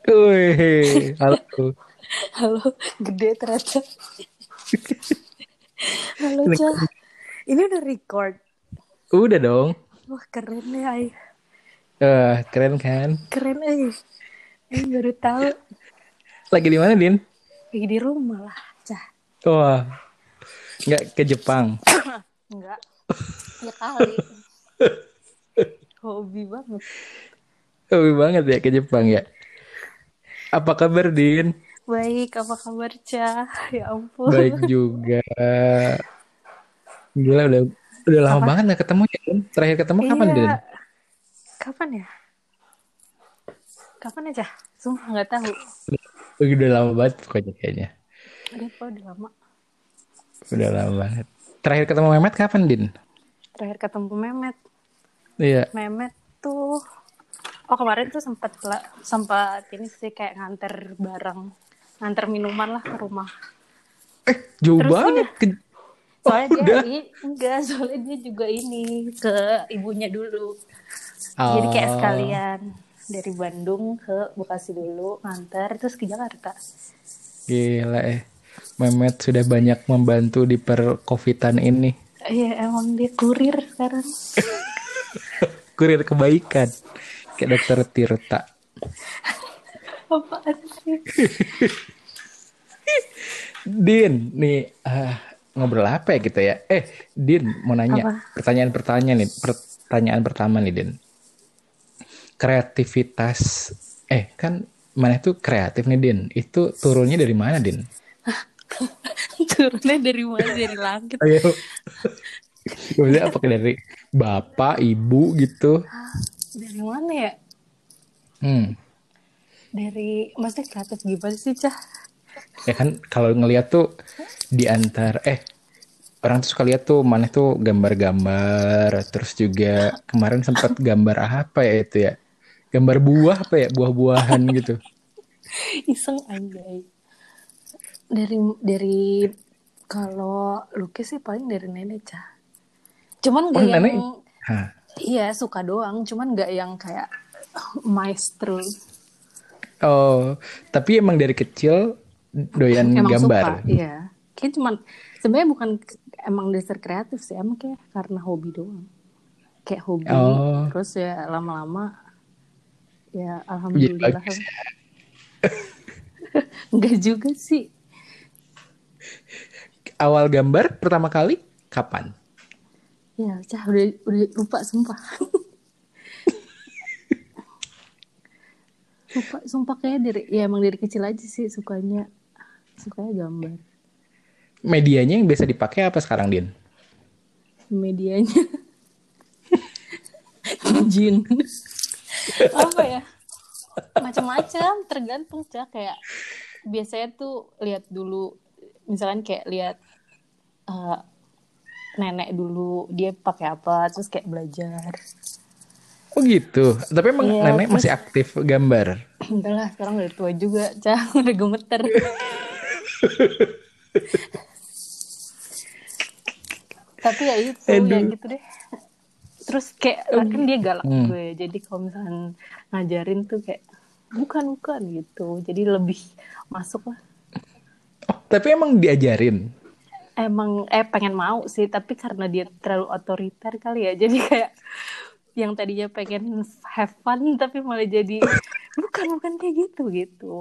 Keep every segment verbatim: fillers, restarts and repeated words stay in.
Wih, halo. Halo, gede ternyata. Halo, Cah. Ini udah record. Udah dong. Wah, keren ya, Ay. Eh, keren kan? Keren, Ay. Ay, baru tahu. Lagi di mana, Din? Lagi di rumah lah, Cah. Wah, nggak ke Jepang. Enggak, ya kali. Hobi banget. Hobi banget ya ke Jepang ya. Apa kabar, Din? Baik, apa kabar, Cah? Ya Baik ampun. juga. Gila, udah udah lama Apa? banget nggak ketemu ya, Din. Terakhir ketemu kapan, Din? Iya, kapan ya? Kapan ya, Cah? Sumpah nggak tahu. Udah, udah lama banget pokoknya kayaknya. Udah, kok udah lama. Udah lama banget. Terakhir ketemu Mehmet kapan, Din? Terakhir ketemu Memet. Iya. Memet tuh Oh kemarin tuh sempat sempat ini sih kayak nganter barang, nganter minuman lah ke rumah. Jauh Terus banget. udah, Ke... Oh, soalnya dia udah. i, enggak, soalnya dia juga ini ke ibunya dulu. Jadi kayak Oh, sekalian dari Bandung ke Bekasi dulu nganter terus ke Jakarta. gila eh. Mehmet sudah banyak membantu di per-covidan ini. Iya emang dia kurir sekarang. Kurir kebaikan. Kayak dokter Tirta. Apaan sih? Din, nih ah, ngobrol apa ya kita ya? Eh, Din, mau nanya. Apa? Pertanyaan pertanyaan nih. Pertanyaan pertama nih, Din. Kreativitas. Eh, kan mana itu kreatif nih, Din. Itu turunnya dari mana, Din? Turunnya dari mana? Dari langit. Ayo. Maksudnya apa dari bapak, ibu gitu? Dari mana ya? Hmm. Dari maksudnya kreatif gimana sih, Cah? Ya kan kalau ngeliat tuh di antar eh orang tuh suka lihat tuh mana tuh gambar-gambar terus juga kemarin sempat gambar apa ya itu ya gambar buah apa ya buah-buahan gitu. Iseng anjay. dari dari kalau lukis sih paling dari nenek, Cah. Cuman Oh gak yang, nenek. Hah. iya suka doang, cuman gak yang kayak maestro. Oh tapi emang dari kecil doyan Emang suka, gambar. iya. Kayak cuman sebenarnya bukan emang dasar kreatif sih, emang kayak karena hobi doang. Kayak hobi, Oh terus ya lama-lama ya jadi alhamdulillah. bagus. Enggak juga sih. Awal gambar pertama kali kapan? Ya, Cah udah udah lupa sumpah. Lupa sumpah kayak dari ya emang dari kecil aja sih sukanya sukanya gambar. Medianya yang biasa dipakai apa sekarang, Din? Medianya jin. Apa ya? Macam-macam, tergantung, Cak. Kayak biasanya tuh lihat dulu, misalkan kayak lihat uh, nenek dulu dia pakai apa, terus kayak belajar. Oh gitu. Tapi emang Iya, nenek terus masih aktif gambar. udah lah sekarang udah tua juga, Cak. Udah gemeter. Tapi ya itu, ya Aduh. gitu deh. Terus kayak kan dia galak Hmm. gue, jadi kalau misalkan ngajarin tuh kayak bukan bukan gitu, jadi lebih masuk lah. Oh, tapi emang diajarin. Emang eh pengen mau sih, tapi karena dia terlalu otoriter kali ya, jadi kayak yang tadinya pengen have fun tapi malah jadi bukan bukan kayak gitu gitu.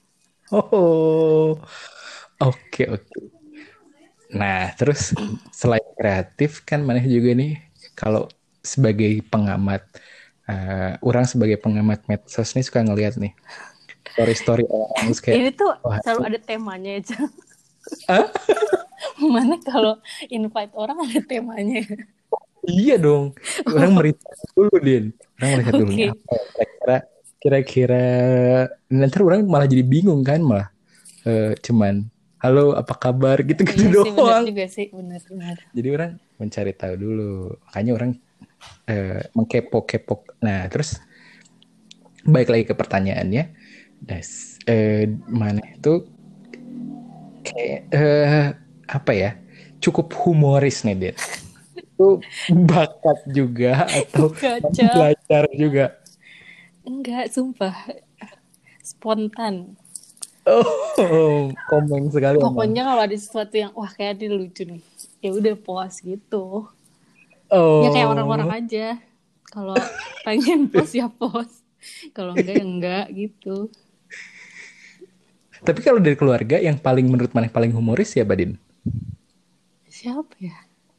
Oh, oke oke. Nah, terus selain kreatif kan maneh juga nih kalau sebagai pengamat, eh, orang sebagai pengamat medsos nih suka ngeliat nih story-story orang terus kayak, Ini tuh wah, selalu ada temanya aja. ah, Mana kalau invite orang ada temanya. iya dong. Orang meriset dulu, Din. Orang meriset dulu nih Oke. apa ya kira-kira kira-kira nanti orang malah jadi bingung kan malah eh, cuman halo apa kabar gitu-gitu Iya sih benar doang. juga sih, benar-benar. Jadi orang mencari tahu dulu. Makanya orang eh, mengkepo-kepo. Nah, terus balik lagi ke pertanyaannya. Das, eh, mana itu kayak eh, apa ya? Cukup humoris nih, Dit. Itu bakat juga atau Gacah. belajar juga? Enggak, sumpah. spontan. Oh, komen sekali emang. Pokoknya kalau ada sesuatu yang wah kayak dia lucu nih, ya udah post gitu. Oh. Ya kayak orang-orang aja. Kalau pengen post ya post. Kalau enggak ya enggak gitu. Tapi kalau dari keluarga yang paling menurut mana paling humoris ya Badin? Siapa ya?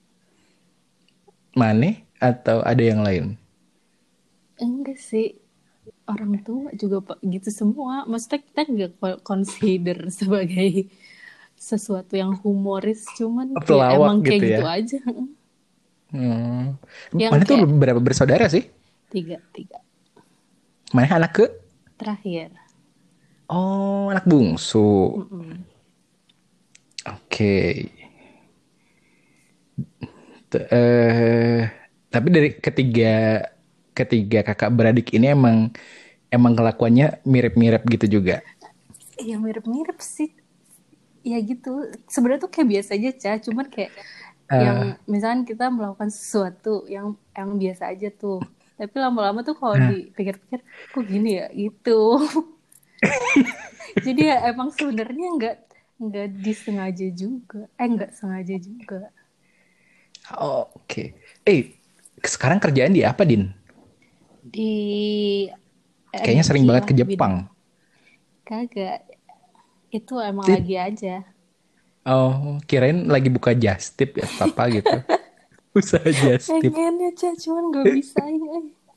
Mane atau ada yang lain? Enggak sih. Orang tua juga pak gitu semua. Maksudnya kita nggak consider sebagai sesuatu yang humoris, cuman ya Pelawak emang kayak gitu gitu ya. aja. Hmm. Yang Mana tuh kayak berapa bersaudara sih? tiga tiga Mana anak ke? terakhir. Oh, anak bungsu. Mm-mm. Oke. T- eh tapi dari ketiga ketiga kakak beradik ini emang emang kelakuannya mirip-mirip gitu juga. Ya mirip-mirip sih. Ya gitu. Sebenarnya tuh kayak biasa aja, Cah. Cuman kayak Eh, yang misalnya kita melakukan sesuatu yang yang biasa aja tuh. Tapi lama-lama tuh kalau nah, dipikir-pikir, kok gini ya gitu. Jadi ya emang sebenarnya nggak nggak disengaja juga. Eh nggak sengaja juga. oke. Eh, sekarang kerjaan di apa, Din? Di Kayaknya sering energi banget lah ke bidang. Jepang. Kagak. Itu emang Tit. lagi aja. Oh, kirain lagi buka just tip ya, apa gitu. Usaha just tip. Pengen ya, Cah. Cuman nggak bisa ya.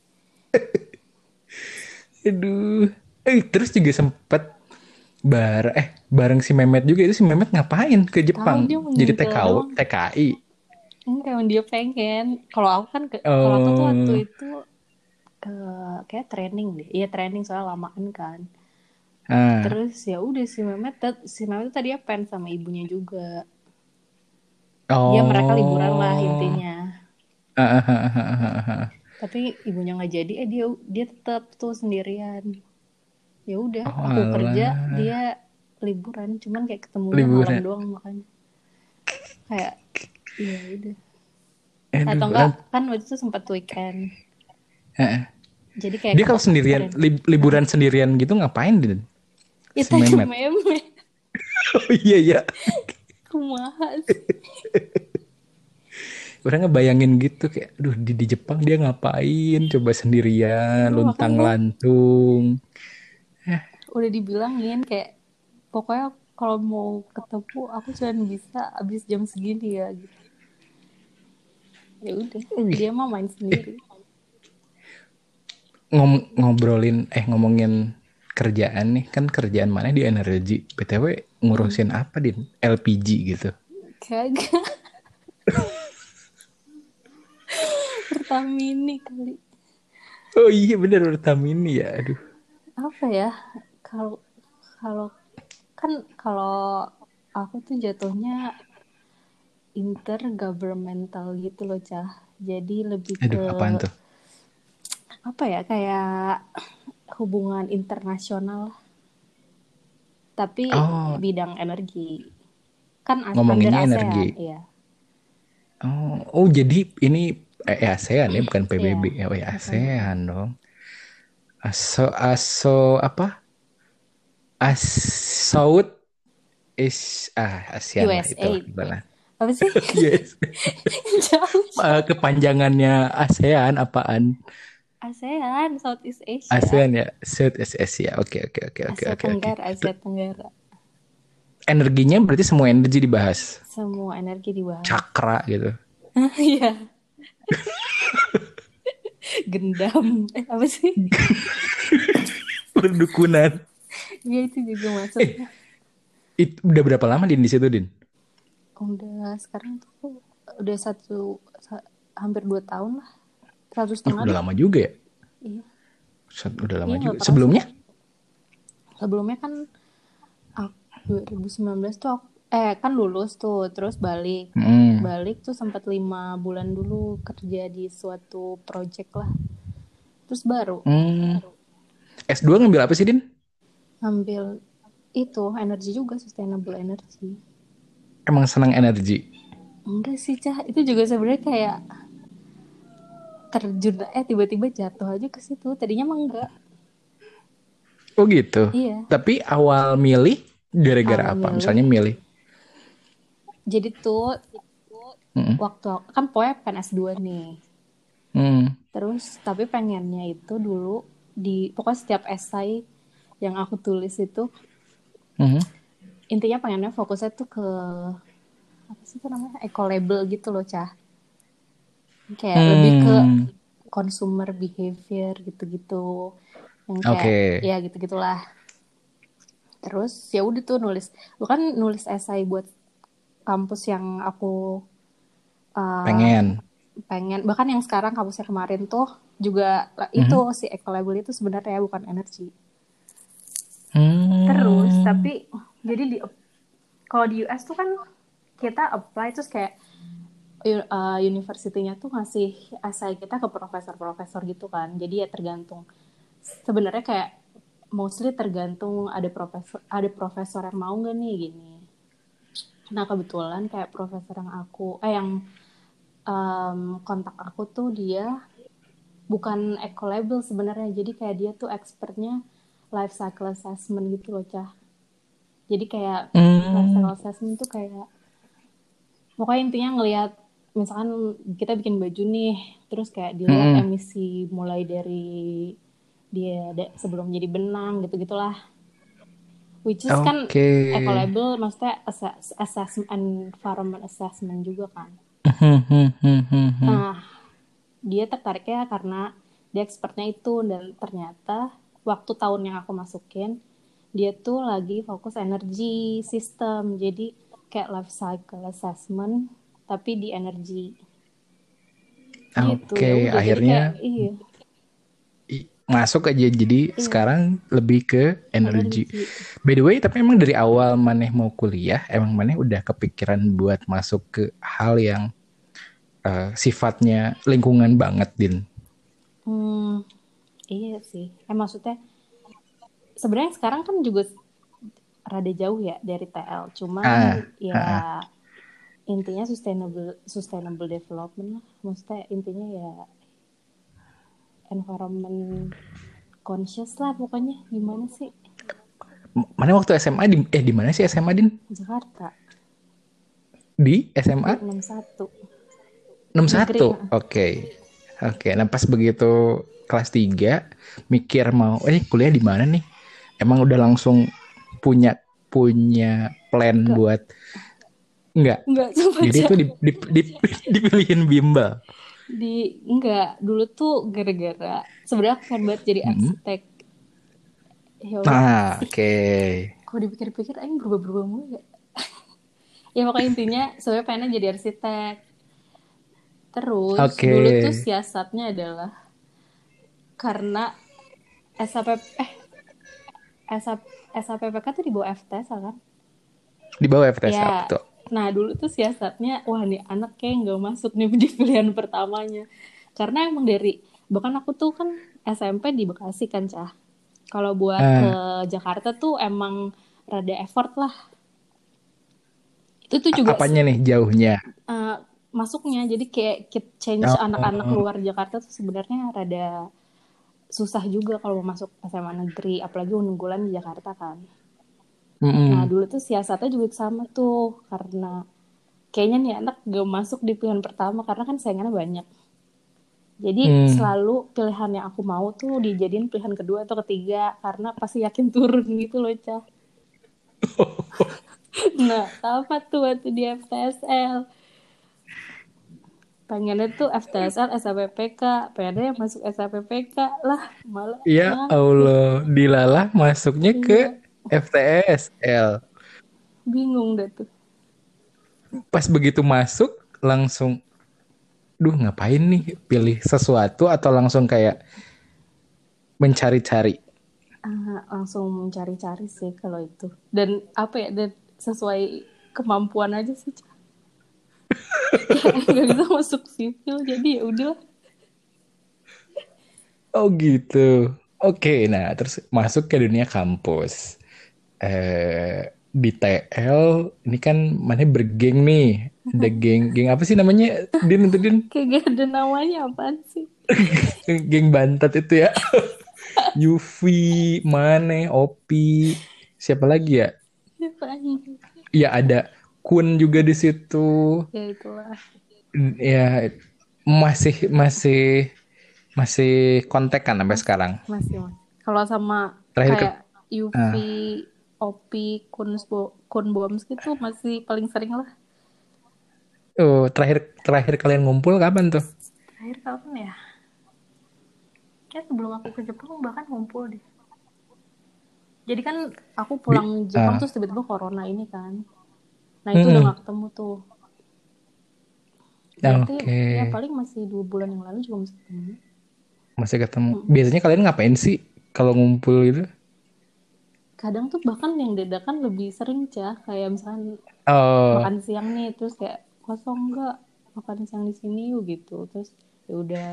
Aduh. Eh, terus juga sempet bar eh bareng si Mehmet juga itu si Mehmet ngapain ke Tahu Jepang? dia Jadi mengintil T K W, doang. T K I. Enggak, emang dia pengen. Kalau aku kan, ke, kalau aku tuh waktu Oh, itu ke kayak training deh. Iya training soalnya lamaan kan. ah, Terus ya udah si Mehmet, si Mehmet tuh tadinya pengen sama ibunya juga. Dia mereka liburan lah oh, intinya. ah, ah, ah, ah, ah, ah. Tapi ibunya nggak jadi, eh dia dia tetap tuh sendirian. Ya udah, Oh, aku kerja, alah, dia liburan. Cuman kayak ketemunya malam liburan. doang makanya. Kayak iya udah. Atau Aduh, enggak ah, kan waktu itu sempat weekend. ah. Jadi kayak Dia ke kalau sendirian training. lib- liburan sendirian gitu ngapain Din? Ya Si tanya Mehmet. meme. Oh iya iya. Kumaha sih. Orang ngebayangin gitu kayak, aduh di, di Jepang dia ngapain? Coba sendirian, Iya luntang makanya lantung. udah dibilangin kayak pokoknya kalau mau ketemu aku cuma bisa abis jam segini ya gitu. Ya udah, Wih, dia mah main sendiri. ngom- ngobrolin eh ngomongin kerjaan nih kan kerjaan mana di energi B T W ngurusin apa Din L P G gitu. Kagak. Pertamini kali. Oh iya bener Pertamini ya aduh. Apa ya? Kalau kalau kan kalau aku tuh jatuhnya intergovernmental gitu loh, Cah. Jadi lebih Aduh ke apaan tuh. apa ya? Kayak hubungan internasional tapi Oh bidang energi. Kan under ngomonginnya energi. ASEAN, iya. Oh oh jadi ini eh, eh, ASEAN ya bukan P B B Iya, ya oh ya bukan P B B. ASEAN dong. Aso aso apa As is ah ASEAN lah U S A. itulah gimana. Apa sih? Yes. Jauh, Eh, jauh. kepanjangannya ASEAN apaan? ASEAN, Southeast Asia. ASEAN ya, Southeast Asia. Oke oke oke oke Asia oke oke. Tenggara, Asia Tenggara. Energinya berarti semua energi dibahas. Semua energi dibahas. Cakra gitu. Iya, gendam. Eh, apa sih? Perdukunan. Iya, itu juga masuk. Eh, itu udah berapa lama Din di situ Din? Udah sekarang tuh udah satu sa- hampir dua tahun lah. Satu Uh, setengah udah deh. lama juga ya. Iya. Set- Udah lama Iya juga. nggak kerasa. Sebelumnya? Sebelumnya kan aku dua ribu sembilan belas tuh aku, eh kan lulus tuh terus balik. Hmm. Balik tuh sempat lima bulan dulu kerja di suatu project lah. Terus baru Hmm. S dua ngambil apa sih Din? ngambil itu energi juga, sustainable energy. Emang senang energi. Enggak sih, Cah. Itu juga sebenarnya kayak terjun eh tiba-tiba jatuh aja ke situ. Tadinya mah enggak. Oh gitu. Iya, Tapi awal milih gara-gara awal apa? milih. Misalnya milih. Jadi tuh Mm-mm. waktu kan pokoknya pengen S dua nih. Hmm. Terus tapi pengennya itu dulu di pokoknya setiap esai yang aku tulis itu Mhm. intinya pengennya fokusnya tuh ke apa sih itu namanya eco label gitu loh Cah. Kayak lebih ke Hmm. consumer behavior gitu-gitu. Yang kayak Oke. ya gitu-gitulah. Terus ya udah tuh nulis. Bukan nulis esai buat kampus yang aku uh, Pengen. pengen bahkan yang sekarang kampusnya kemarin tuh juga itu Mhm. si eco label itu sebenarnya bukan energi. Terus Hmm. tapi jadi di kalau di U S tuh kan kita apply terus kayak uh, universitinya tuh ngasih essay kita ke profesor-profesor gitu kan. Jadi ya tergantung. Sebenarnya kayak mostly tergantung ada profesor ada profesor yang mau nggak nih gini. Nah kebetulan kayak profesor yang aku eh yang um, kontak aku tuh dia bukan eco label sebenarnya. Jadi kayak dia tuh expertnya life cycle assessment gitu loh Cah. Jadi kayak life Hmm. cycle assessment tuh kayak pokoknya intinya ngelihat misalkan kita bikin baju nih terus kayak dilihat Mm-mm. emisi mulai dari dia de- sebelum jadi benang gitu gitulah which is kan Oke. eco label maksudnya assess, assessment environment assessment juga kan. Mhm, mhm, mhm, mhm. Nah dia tertariknya karena dia expertnya itu dan ternyata waktu tahun yang aku masukin dia tuh lagi fokus energi system jadi kayak life cycle assessment tapi di energi gitu ya Oke, udah jadi kayak akhirnya iya i- masuk aja jadi iya sekarang lebih ke energi. energi By the way, tapi emang dari awal maneh mau kuliah, emang maneh udah kepikiran buat masuk ke hal yang eh, sifatnya lingkungan banget, Din. hmm, iya sih eh maksudnya sebenarnya sekarang kan juga rada jauh ya dari T L cuman Ah, ah, ya ah. intinya sustainable sustainable development lah maksudnya intinya ya environment conscious lah pokoknya gimana sih Mana waktu S M A di eh di mana sih S M A, Din? Jakarta Di di S M A enam satu enam negeri satu. Oke. Oke, nah pas begitu kelas tiga mikir mau eh kuliah di mana nih? Emang udah langsung punya punya plan enggak buat enggak? enggak coba Jadi aja itu di, di, di, dipilihin bimbel. di enggak dulu tuh gara-gara sebenarnya aku pengen banget jadi Mm-mm. arsitek ya Allah Nah, ih oke. kalau dipikir-pikir aing berubah-berubah mulu ya ya pokoknya intinya sebenarnya pengen jadi arsitek terus Oke. dulu tuh siasatnya adalah karena S A P eh S A, S A P P K tuh di bawah F T S kan Di bawah F T S A, ya betul. nah dulu tuh siasatnya wah nih anak kayak nggak masuk nih di pilihan pertamanya karena emang dari bahkan aku tuh kan S M P di Bekasi kan Cah kalau buat ke Ah, Jakarta tuh emang rada effort lah itu tuh a- juga apanya nih jauhnya? uh, masuknya jadi kayak change anak-anak Oh, luar Jakarta tuh sebenarnya rada susah juga kalau mau masuk S M A negeri apalagi unggulan di Jakarta kan. Nah mm-mm. dulu tuh siasatnya juga sama tuh karena kayaknya nih anak gak masuk di pilihan pertama karena kan saingannya banyak. Jadi Hmm. selalu pilihan yang aku mau tuh dijadiin pilihan kedua atau ketiga karena pasti yakin turun gitu loh Cah. Nah apa tuh waktu di F T S L pengennya tuh F T S L S A P P K pengennya yang masuk S A P P K lah malah Ya ngangkut Allah, dilalah masuknya ke iya F T S L. bingung dah tuh Pas begitu masuk langsung, duh ngapain nih pilih sesuatu atau langsung kayak mencari-cari. ah, langsung mencari-cari sih kalau itu dan apa ya dan sesuai kemampuan aja sih Cak. Kayak nggak bisa masuk sipil jadi ya udah Oh gitu. Oke, nah terus masuk ke dunia kampus. Eh di T L ini kan mana bergeng nih. Ada geng, geng apa sih namanya? Din itu Din, kayak gak ada namanya apaan sih geng Bantat itu ya. Yufi, Mane, Opi, siapa lagi ya? Siapa anjing? Ya ada Kun juga di situ. Ya itulah. Ya masih masih masih kontak kan sampai Masih, sekarang. masih, masih. Kalau sama Terakhir ke kayak ah, Yufi, Opi, Kun, Kun Boms gitu masih paling sering lah. oh, terakhir terakhir kalian ngumpul kapan tuh? Terakhir kapan ya? Kayak sebelum aku ke Jepang bahkan ngumpul deh. Jadi kan aku Bi- pulang Jepang ah, terus tiba-tiba corona ini kan. Nah itu udah mm-mm. gak ketemu tuh. Berarti Oke, ya paling masih dua bulan yang lalu juga masih ketemu. masih ketemu. Mm-mm. Biasanya kalian ngapain sih kalau ngumpul gitu? Kadang tuh bahkan yang dadakan lebih sering cah. Kayak misalkan Oh, makan siang nih terus kayak kosong nggak makan siang di sini yuk gitu. Terus ya udah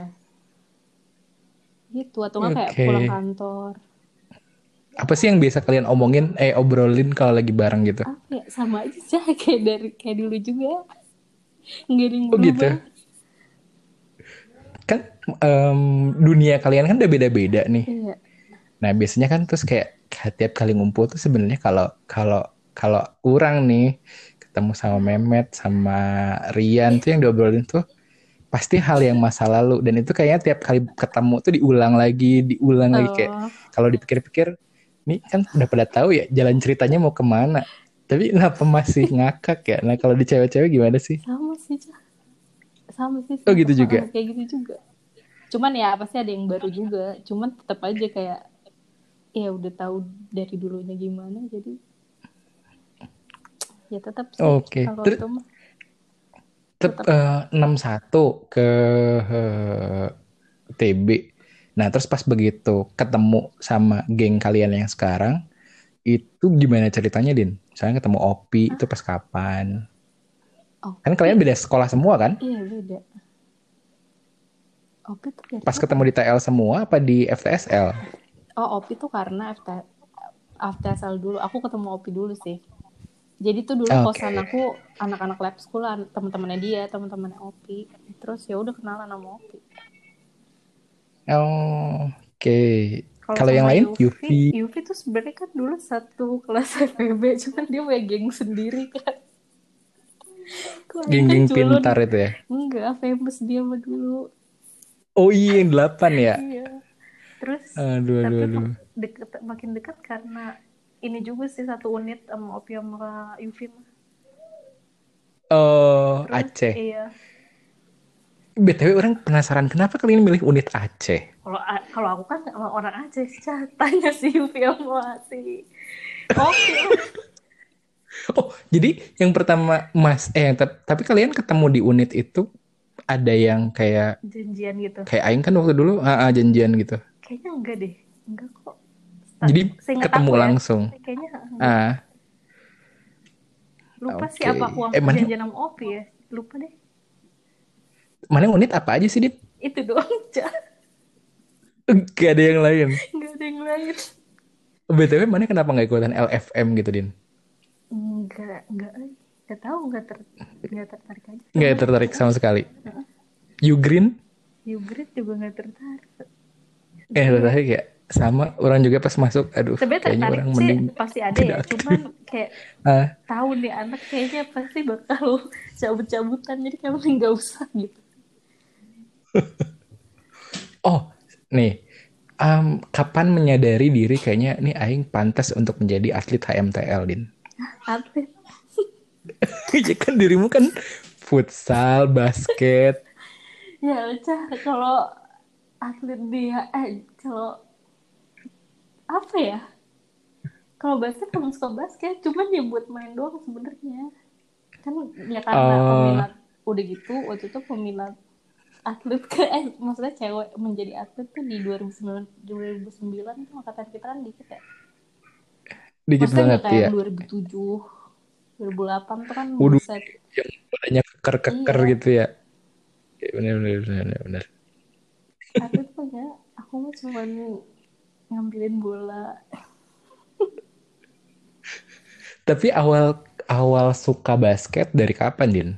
gitu atau nggak kayak oke. pulang kantor. Apa sih yang biasa kalian omongin, eh obrolin kalau lagi bareng gitu? Apa ya sama aja cah kayak dari kayak dulu juga nggak ada yang Oh berubah. gitu. Kan em, dunia kalian kan udah beda-beda nih. Iya. Nah, biasanya kan terus kayak tiap kali ngumpul tuh sebenarnya kalau kalau kalau kurang nih ketemu sama Mehmet sama Rian tuh yang diobrolin tuh pasti hal yang masa lalu dan itu kayaknya tiap kali ketemu tuh diulang lagi, diulang lagi kayak Oh, kalau dipikir-pikir nih kan udah pada tahu ya jalan ceritanya mau kemana. Tapi kenapa masih ngakak ya? Nah, kalau di cewek-cewek gimana sih? sama sih cah sama sih Oh sumpah gitu Heeh, juga. kayak gitu juga. Cuman ya pasti ada yang baru juga. Cuman tetap aja kayak ya udah tahu dari dulunya gimana jadi ya tetap sih Oke. kalau Terus itu mah tetap tetap eh, enam satu ke eh, T B. Nah, terus pas begitu ketemu sama geng kalian yang sekarang, itu gimana ceritanya, Din? Misalnya ketemu Opi, itu pas kapan? Kan Opi. kalian beda sekolah semua kan? Iya beda. Opi tuh dari Pas kapan ketemu ya? di T L semua apa di F T S L? Oh Opi tuh karena F T, F T S L dulu. Aku ketemu Opi dulu sih. Jadi tuh dulu kosan Oke. aku anak-anak lab school teman-temannya dia, teman-temannya Opi. Terus ya udah kenalan sama Opi. Oh, oke. Kalau Kalau yang sama lain, Yufi, Yufi, Yufi tuh sebenarnya kan dulu satu kelas F E B, cuman dia punya geng sendiri kan. Kok Aing kan geng-geng culun? pintar itu ya. Enggak, famous dia mah dulu. Oh iya, yang delapan ya. Iya. Terus Aduh, aduh, tapi aduh. deket, makin dekat karena ini juga sih satu unit sama Opi sama Yufi mah. Oh, Terus Aceh. iya, B T W orang penasaran kenapa kalian milih unit Aceh? kalau kalau aku kan sama orang Aceh sih, tanya si Yufi sama si Opi lah. Oh, jadi yang pertama Mas eh yang tep- tapi kalian ketemu di unit itu ada yang kayak Janjian gitu. kayak aing kan waktu dulu ah, ah, janjian gitu. Kayaknya enggak deh. Enggak kok. Jadi Seingat ketemu aku ya. langsung. Kayaknya enggak. Ah, Lupa sih oke. apa aku Eh mana janjian sama Opi ya. Lupa deh. mana unit apa aja sih, Dit? Itu doang aja. Gak ada yang lain. Enggak ada yang lain. B T W mana kenapa nggak ikutan L F M gitu, Din? Enggak, enggak. Enggak tahu, enggak ter enggak tertarik aja Nggak sama itu. tertarik sama sekali. You Green? Hybrid juga enggak tertarik. Eh Iya. tertarik ya? Sama orang juga pas masuk, aduh Sebenarnya kayaknya tertarik orang sih mending pasti ada ya. tidak Cuman aktif. kayak Ah, tahu nih anak kayaknya pasti bakal cabut-cabutan. Jadi kayak enggak usah gitu. oh, nih um, kapan menyadari diri kayaknya nih aing pantas untuk menjadi atlet H M T L, Din? Atlet. Ya kan dirimu kan futsal, basket. Ya, Cah, kalau atlet dia eh kalau apa ya? Kalau basket emang suka basket, cuman ya buat main doang sebenarnya. Kan ya karena Oh, peminat udah gitu, waktu itu peminat atlet ke eh maksudnya cewek menjadi atlet tuh di dua ribu sembilan dua ribu sembilan tuh angkatan kita kan dikit ya. dikit Maksudnya banget nggak kayak ya. yang dua ribu tujuh, dua ribu delapan tuh kan Waduh, buset. yang badannya keker-keker Iya, gitu ya. Ya, bener, bener, bener, bener. atlet tuh ya, aku mah cuma ngambilin bola. Tapi awal awal suka basket dari kapan, Din?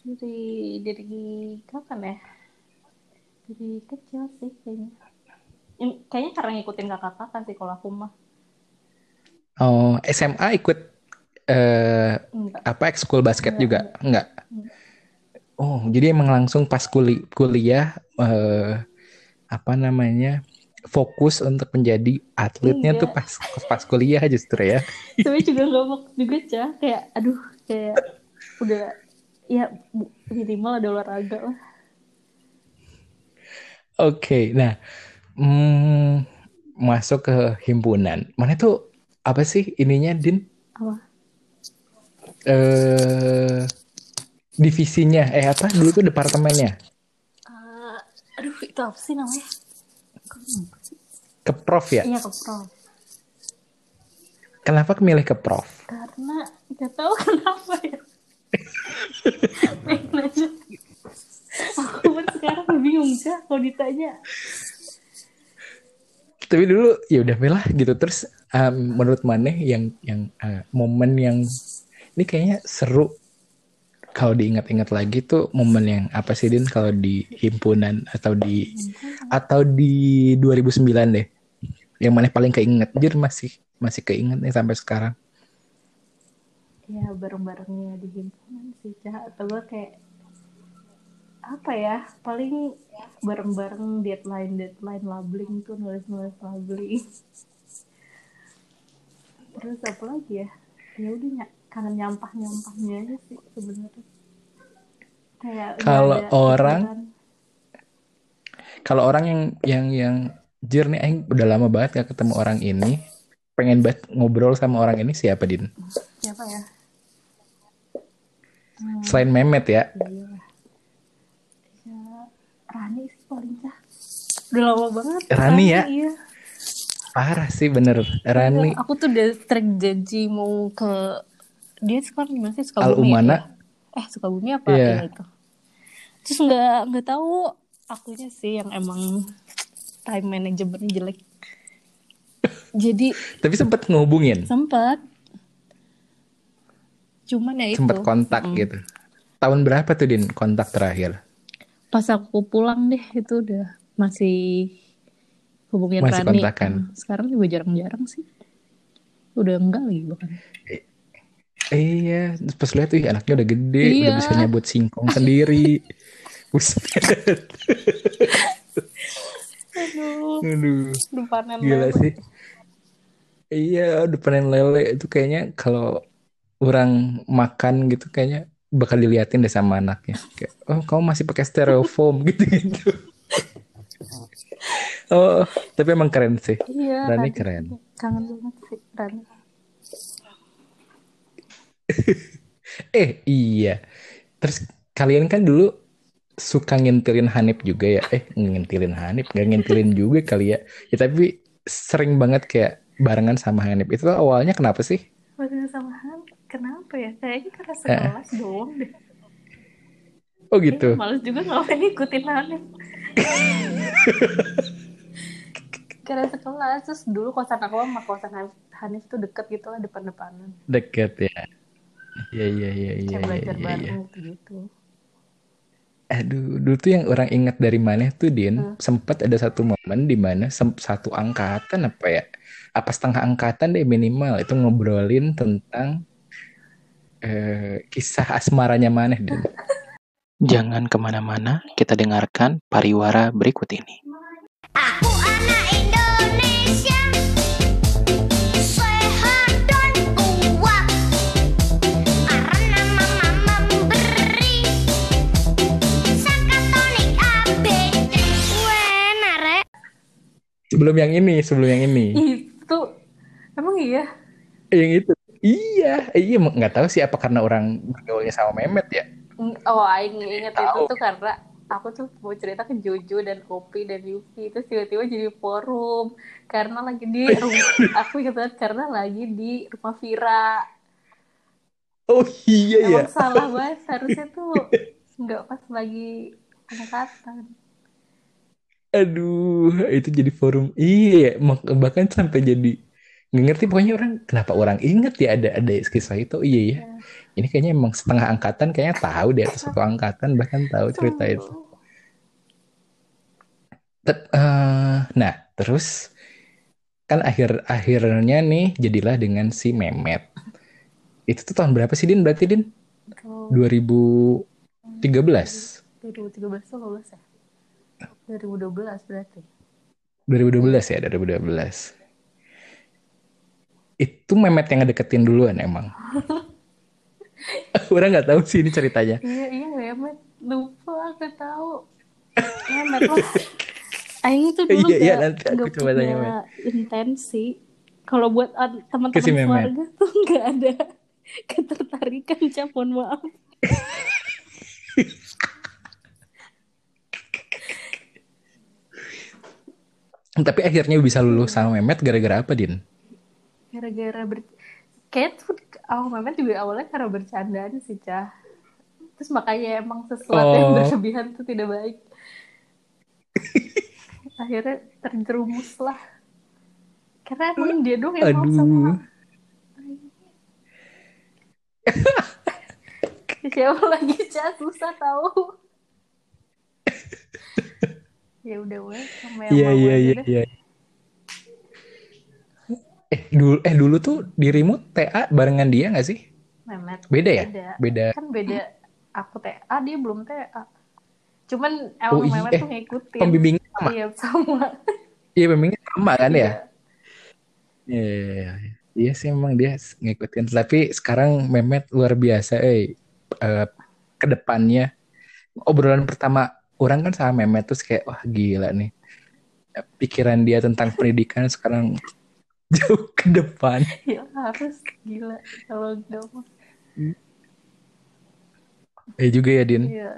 Dari dari kapan ya? Dari kecil sih kayaknya. In- kayaknya karena ngikutin kakak-kakak sih kalau aku mah. Oh, S M A ikut eh, Enggak, apa ekskul basket enggak, juga? enggak. Enggak. Hmm. Oh, jadi emang langsung pas kuli- kuliah eh, apa namanya fokus untuk menjadi atletnya tuh Enggak. pas pas kuliah justru ya. Sebenarnya juga nggak mau juga cah. Kayak aduh, kayak udah ya bu- minimal ada olahraga lah. Oke, nah hmm, masuk ke himpunan. Mana tuh apa sih ininya Din? Apa? Eh divisinya eh apa dulu tuh departemennya? Uh, aduh itu apa sih namanya? Ke prof ya? Iya ke prof. Kenapa milih ke prof? Karena nggak tahu kenapa ya. Pengen aja. Aku pun sekarang bingung cah kalau ditanya. Tapi dulu ya udah lah gitu. Terus um, menurut Maneh yang yang uh, momen yang ini kayaknya seru kalau diingat-ingat lagi tuh momen yang apa sih Din kalau di himpunan atau di atau di dua ribu sembilan deh. Yang Maneh paling keinget. Jujur masih masih keinget nih sampai sekarang. Ya bareng-barengnya di himpunan sih cah. Atau gue kayak apa ya, paling bareng-bareng deadline deadline labeling tuh, nulis-nulis labeling. Terus apa lagi ya, ya udah ny- kangen nyampah nyampahnya aja sih sebenarnya, kayak nggak Kalau ada orang pikiran. kalau orang yang yang yang jujur nih Aing udah lama banget gak ketemu orang ini. Pengen banget ngobrol sama orang ini siapa Din? Siapa ya? hmm, Selain Mehmet ya. iya ya, Rani sih paling cah, udah lama banget Rani Rani. ya. Iya. Parah sih bener. Iya, Rani aku tuh udah strike janji mau ke dia sekarang di mana sih, Al Sukabumi ya? Umana. Iya. Eh Sukabumi apa ya Iya. itu? Terus nggak nggak tahu, akunya sih yang emang time managementnya jelek. Jadi Tapi sempet ngehubungin. sempat, cuman ya Sempet itu. kontak Mm-mm. gitu. Tahun berapa tuh Din kontak terakhir? Pas aku pulang deh itu udah masih hubungin Masih Rani. kontakan. Mm, sekarang juga jarang-jarang sih. Udah enggak lagi bahkan. I- iya. Pas lihat tuh anaknya udah gede. Udah Iya. bisa nyabut singkong sendiri. Buset. Aduh. Aduh. Udah panen Gila lele. sih. Iya, udah panen lele itu kayaknya kalau orang makan gitu kayaknya bakal diliatin deh sama anaknya. Kayak, oh kamu masih pakai styrofoam gitu-gitu. Oh, tapi emang keren sih. Iya Rani Rani. keren. Kangen banget sih Rani. Eh, iya. Terus kalian kan dulu suka ngintilin Hanif juga ya? Eh, ngintilin Hanif, nggak ngintilin juga kali ya. Ya tapi sering banget kayak barengan sama Hanif. Itu awalnya kenapa sih? Waktu sama Han, kenapa ya? Kayaknya karena Eh, sekelas doang deh. oh Iya, gitu. males juga ngapain ikutin Hanif. Karena sekelas, terus dulu kosan aku sama kosan Hanif, Hanif tuh deket gitu lah, depan-depanan. Deket ya. Iya, iya, iya, iya, Kayak iya, belajar iya, iya. bareng gitu-gitu. Aduh, dulu tuh yang orang ingat dari mana tuh, Din, Hmm. sempat ada satu momen di mana sem- satu angkatan apa ya? Apa setengah angkatan deh minimal itu ngobrolin tentang eh, kisah asmaranya Maneh, Din. Jangan kemana-mana, kita dengarkan pariwara berikut ini. Aku anak Indonesia, sehat dan kuat, karena mama memberi sakatonik A B C. Wenare. Sebelum yang ini, sebelum yang ini. Itu, emang iya? Yang itu. Iya, iya nggak tahu sih apa karena orang bergaulnya sama Mehmet ya. Oh, Aing inget itu Tahu. tuh karena aku tuh mau cerita ke Jojo dan Opi dan Yuki, terus tiba-tiba jadi forum karena lagi di rumah, aku ingat banget karena lagi di rumah Vira. Oh iya ya. Emang salah banget, harusnya tuh nggak pas lagi angkatan. Aduh, itu jadi forum. Iya, mak- bahkan sampai jadi nggak ngerti pokoknya orang kenapa orang inget ya ada ada kisah itu. Iya ya. Ya. Ini kayaknya emang setengah angkatan kayaknya tahu deh atau satu angkatan bahkan tahu cerita itu. Tuh. Tep- eh, nah, terus kan akhir-akhirnya nih jadilah dengan si Mehmet. Itu tuh tahun berapa sih Din? Berarti Din? Kalau dua ribu tiga belas. dua ribu tiga belas tuh lulus ya? dua ribu dua belas berarti. dua ribu dua belas ya, dua ribu dua belas. Itu Mehmet yang ngedeketin duluan emang. Orang nggak tahu sih ini ceritanya. Iya, iya Mehmet. Lupa, aku tahu. Mehmet lah. Aing tuh dulu Iya, iya, gak, nanti aku gak coba tanya, punya Mehmet. intensi. Kalau buat ad- Ke teman-teman si Mehmet. keluarga tuh gak ada ketertarikan, Cah. Mohon maaf. Tapi akhirnya bisa lulus sama Mehmet gara-gara apa, Din? Gara-gara ber... Kayak tuh awal Mehmet juga awalnya karena bercandaan sih, Cah. Terus makanya emang sesuatu yang Oh, berlebihan tuh tidak baik. Akhirnya terjerumus lah. Karena emang dia doang yang mau sama aduh. siapa lagi, Cah. Susah tahu. Ya udah weh, sama yang Iya, mau iya, aja iya, deh. iya. Eh, dulu eh dulu tuh dirimu T A barengan dia nggak sih? Mehmet Beda ya? beda. Beda. Kan beda. Aku T A, dia belum T A. Cuman Oh emang iya, Mehmet eh tuh ngikutin. pembimbingnya sama. Iya, sama. Iya, pembimbingnya sama kan ya? Iya. Iya, iya, iya. Iya sih emang dia ngikutin. Tapi sekarang Mehmet luar biasa, eh Eh, ke depannya obrolan pertama orang kan sama Mehmet terus kayak wah gila nih. Pikiran dia tentang pendidikan sekarang jauh ke depan. Ya harus, gila. Kalau enggak mah. Eh juga ya Din. Iya.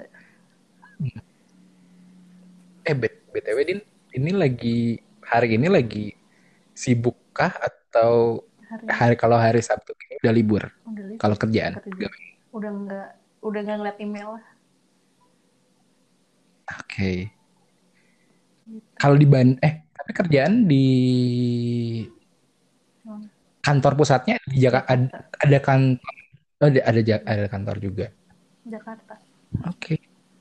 Eh B- BTW Din, ini lagi hari ini lagi sibuk kah atau Hari hari kalau hari Sabtu ini udah libur? udah libur. Kalau kerjaan. Kerja. Udah enggak udah enggak ngeliat email lah. Oke. Kalau di Ban eh tapi kerjaan di Hmm. kantor pusatnya di Jakarta ada, Jakarta. ada kantor oh, ada ada ja- ada kantor juga. Jakarta. Oke.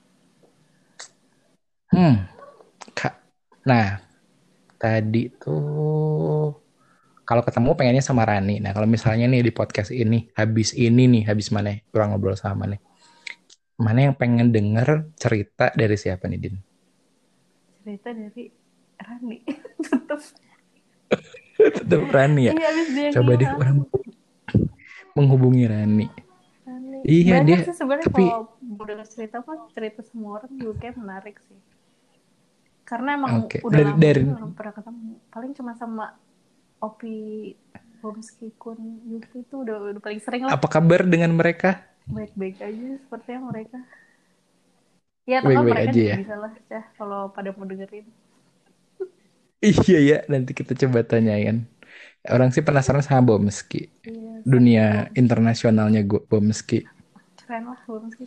Hmm. Kak. Nah, tadi tuh kalau ketemu pengennya sama Rani. Nah, kalau misalnya nih di podcast ini habis ini nih, habis mana kurang ngobrol sama nih. Mana yang pengen denger cerita dari siapa nih, Din? Cerita dari Rani. Tutup. Tetap Rani ya. Iya, abis dia Coba deh ngilang. orang menghubungi Rani. Rani. Iya Banyak dia. sih sebenarnya Tapi kalau mau denger cerita mah cerita semua orang juga kayak menarik sih. Karena emang oke udah dari lama dari juga belum pernah ketemu. Paling cuma sama Opi, Homski, Kun, Yuki itu udah, udah paling sering lah. apa kabar dengan mereka? Baik-baik aja sepertinya mereka. Ya, atau Baik-baik mereka aja juga ya. bisa lah, Cah, kalau pada mau dengerin. Iya ya, nanti kita coba tanyain. Orang sih penasaran sama Bomski. Iya, Dunia sama internasionalnya gue Bomski. keren lah Homski.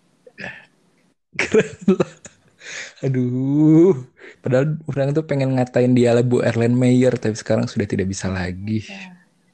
Keren lah. Aduh, padahal orang tuh pengen ngatain dia lah Bu Erlen Meyer, tapi sekarang sudah tidak bisa lagi. Ya.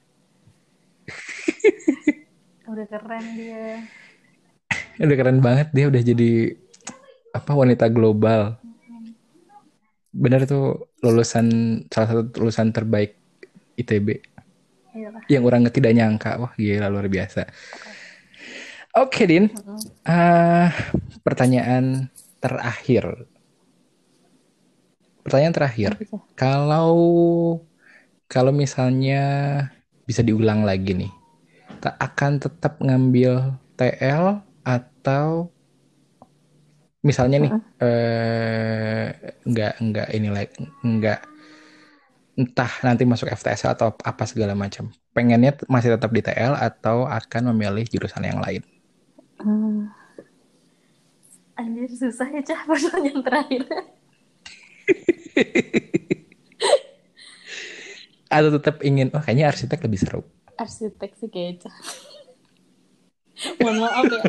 Udah keren dia. Udah keren banget dia, udah jadi apa wanita global. Bener tuh lulusan salah satu lulusan terbaik I T B. Iyalah. Yang orang tidak nyangka, wah gila luar biasa. Oke Din, uh, pertanyaan terakhir. Pertanyaan terakhir, Apa, Cah? kalau kalau misalnya bisa diulang lagi nih, tak akan tetap ngambil T L atau misalnya nih eh, nggak nggak ini lagi nggak entah nanti masuk F T S atau apa segala macam, pengennya t- masih tetap di T L atau akan memilih jurusan yang lain? Hmm. Anjir, susah ya, Cah, pertanyaan terakhir. Atau tetap ingin, oh kayaknya arsitek lebih seru. Arsitek sih kayaknya, Cah. Mohon maaf ya.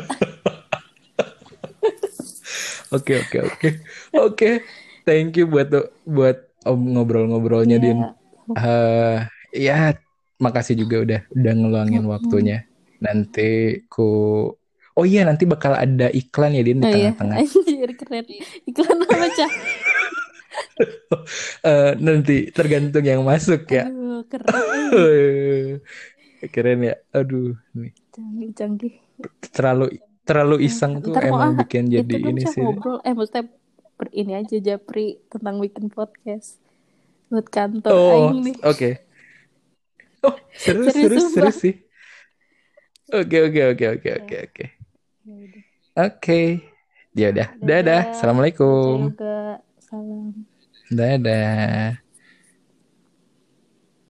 Oke oke oke oke. Thank you buat buat om ngobrol-ngobrolnya Iya. Din. Eh ya makasih juga udah udah ngeluangin waktunya. Nanti ku oh iya nanti bakal ada iklan ya Din di Oh iya, tengah-tengah. anjir keren. Iklan apa, Cah? Eh, nanti tergantung yang masuk ya. Aduh, keren. Keren ya. Aduh, nih. Canggih-canggih. Terlalu terlalu Eh, iseng tuh ntar mau emang ah, bikin jadi itu dong ini Cak sih. ngobrol. Eh, maksudnya per ini aja Japri tentang bikin podcast. Buat kantor Oh, Aing nih. oke. Oh, seru Serius seru seru sumpah. sih. Oke oke oke oke Ya, oke oke. ya udah. Oke. Ya udah. Dadah. Dadah. Dadah Assalamualaikum. yoga. Salam. Dadah.